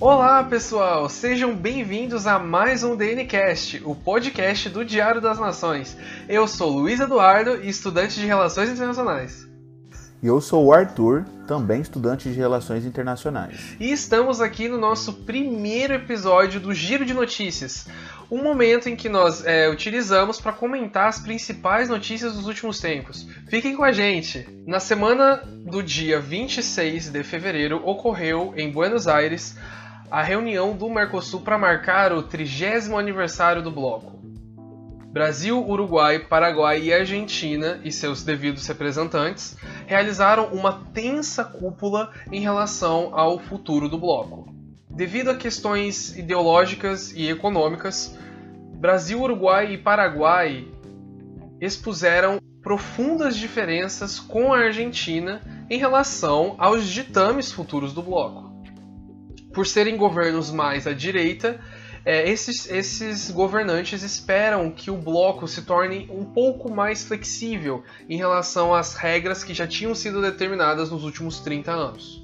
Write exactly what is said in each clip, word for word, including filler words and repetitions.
Olá pessoal, sejam bem-vindos a mais um D N Cast, o podcast do Diário das Nações. Eu sou Luiz Eduardo, estudante de Relações Internacionais. E eu sou o Arthur, também estudante de Relações Internacionais. E estamos aqui no nosso primeiro episódio do Giro de Notícias, um momento em que nós é, utilizamos para comentar as principais notícias dos últimos tempos. Fiquem com a gente! Na semana do dia vinte e seis de fevereiro ocorreu em Buenos Aires a reunião do Mercosul para marcar o trigésimo aniversário do bloco. Brasil, Uruguai, Paraguai e Argentina e seus devidos representantes realizaram uma tensa cúpula em relação ao futuro do bloco. Devido a questões ideológicas e econômicas, Brasil, Uruguai e Paraguai expuseram profundas diferenças com a Argentina em relação aos ditames futuros do bloco. Por serem governos mais à direita, É, esses, esses governantes esperam que o bloco se torne um pouco mais flexível em relação às regras que já tinham sido determinadas nos últimos trinta anos.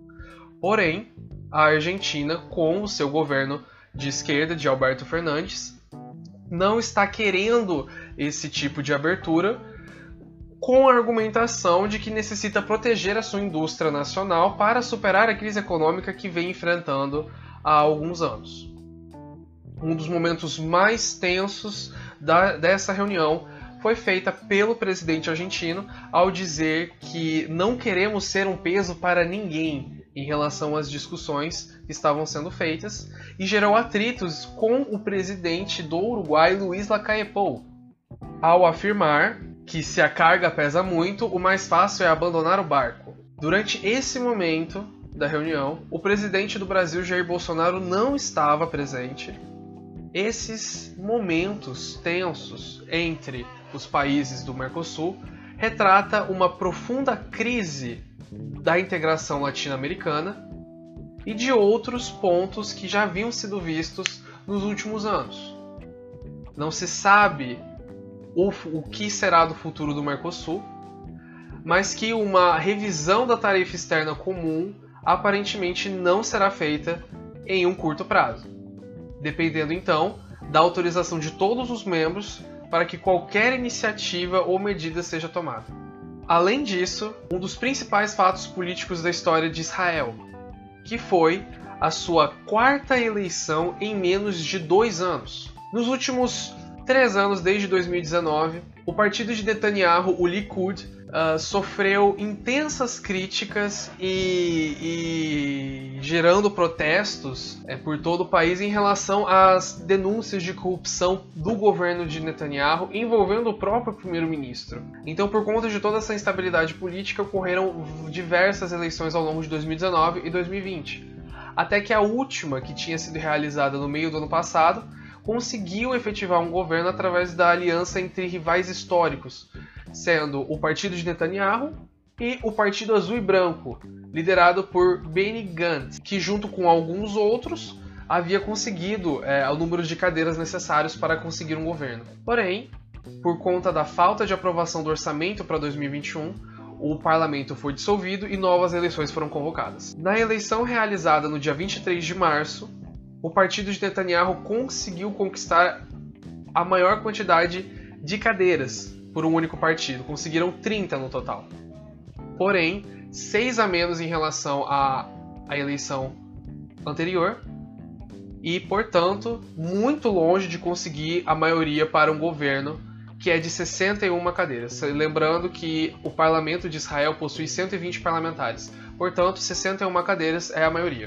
Porém, a Argentina, com o seu governo de esquerda, de Alberto Fernandes, não está querendo esse tipo de abertura, com a argumentação de que necessita proteger a sua indústria nacional para superar a crise econômica que vem enfrentando há alguns anos. Um dos momentos mais tensos da, dessa reunião foi feita pelo presidente argentino ao dizer que não queremos ser um peso para ninguém em relação às discussões que estavam sendo feitas e gerou atritos com o presidente do Uruguai, Luiz Lacalle Pou, ao afirmar que se a carga pesa muito, o mais fácil é abandonar o barco. Durante esse momento da reunião, o presidente do Brasil, Jair Bolsonaro, não estava presente. Esses momentos tensos entre os países do Mercosul retrata uma profunda crise da integração latino-americana e de outros pontos que já haviam sido vistos nos últimos anos. Não se sabe o, o que será do futuro do Mercosul, mas que uma revisão da tarifa externa comum aparentemente não será feita em um curto prazo, dependendo então da autorização de todos os membros para que qualquer iniciativa ou medida seja tomada. Além disso, um dos principais fatos políticos da história de Israel, que foi a sua quarta eleição em menos de dois anos. Nos últimos três anos, desde dois mil e dezenove, o partido de Netanyahu, o Likud, uh, sofreu intensas críticas e, e gerando protestos é, por todo o país em relação às denúncias de corrupção do governo de Netanyahu envolvendo o próprio primeiro-ministro. Então, por conta de toda essa instabilidade política, ocorreram diversas eleições ao longo de dois mil e dezenove e dois mil e vinte, até que a última, que tinha sido realizada no meio do ano passado, conseguiu efetivar um governo através da aliança entre rivais históricos, sendo o partido de Netanyahu e o Partido Azul e Branco, liderado por Benny Gantz, que junto com alguns outros havia conseguido é, o número de cadeiras necessários para conseguir um governo. Porém, por conta da falta de aprovação do orçamento para dois mil e vinte e um, o parlamento foi dissolvido e novas eleições foram convocadas. Na eleição realizada no dia vinte e três de março, o partido de Netanyahu conseguiu conquistar a maior quantidade de cadeiras por um único partido. Conseguiram trinta no total. Porém, seis a menos em relação à, à eleição anterior e, portanto, muito longe de conseguir a maioria para um governo que é de sessenta e uma cadeiras. Lembrando que o parlamento de Israel possui cento e vinte parlamentares. Portanto, sessenta e uma cadeiras é a maioria.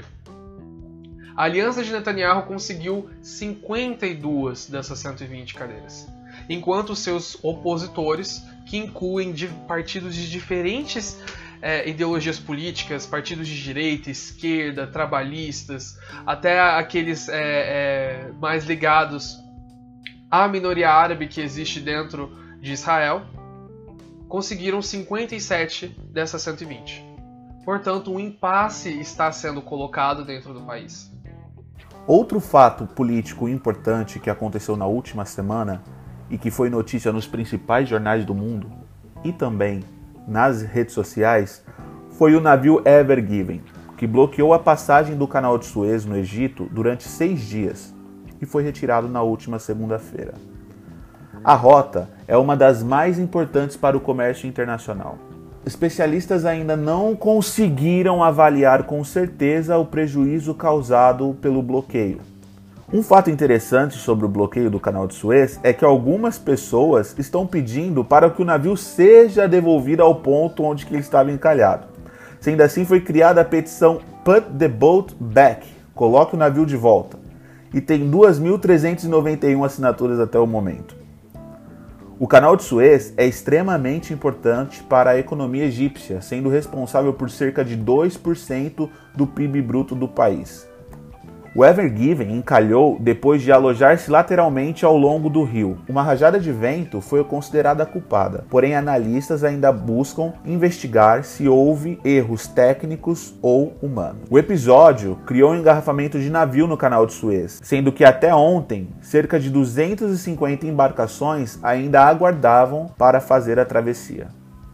A aliança de Netanyahu conseguiu cinquenta e duas dessas cento e vinte cadeiras, enquanto seus opositores, que incluem de partidos de diferentes é, ideologias políticas, partidos de direita, esquerda, trabalhistas, até aqueles é, é, mais ligados à minoria árabe que existe dentro de Israel, conseguiram cinquenta e sete dessas cento e vinte. Portanto, um impasse está sendo colocado dentro do país. Outro fato político importante que aconteceu na última semana e que foi notícia nos principais jornais do mundo e também nas redes sociais foi o navio Ever Given, que bloqueou a passagem do Canal de Suez no Egito durante seis dias e foi retirado na última segunda-feira. A rota é uma das mais importantes para o comércio internacional. Especialistas ainda não conseguiram avaliar com certeza o prejuízo causado pelo bloqueio. Um fato interessante sobre o bloqueio do Canal de Suez é que algumas pessoas estão pedindo para que o navio seja devolvido ao ponto onde que ele estava encalhado. Sendo assim, foi criada a petição Put the Boat Back, coloque o navio de volta, e tem duas mil trezentas e noventa e uma assinaturas até o momento. O Canal de Suez é extremamente importante para a economia egípcia, sendo responsável por cerca de dois por cento do P I B bruto do país. O Ever Given encalhou depois de alojar-se lateralmente ao longo do rio. Uma rajada de vento foi considerada culpada, porém analistas ainda buscam investigar se houve erros técnicos ou humanos. O episódio criou um engarrafamento de navio no Canal de Suez, sendo que até ontem, cerca de duzentas e cinquenta embarcações ainda aguardavam para fazer a travessia.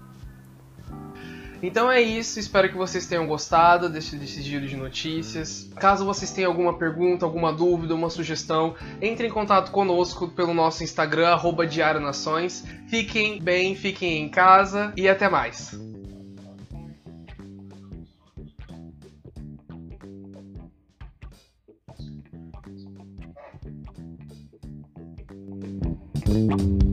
Então é isso, espero que vocês tenham gostado desse, desse giro de notícias. Caso vocês tenham alguma pergunta, alguma dúvida, uma sugestão, entre em contato conosco pelo nosso Instagram, arroba Diário Nações. Fiquem bem, fiquem em casa e até mais. Música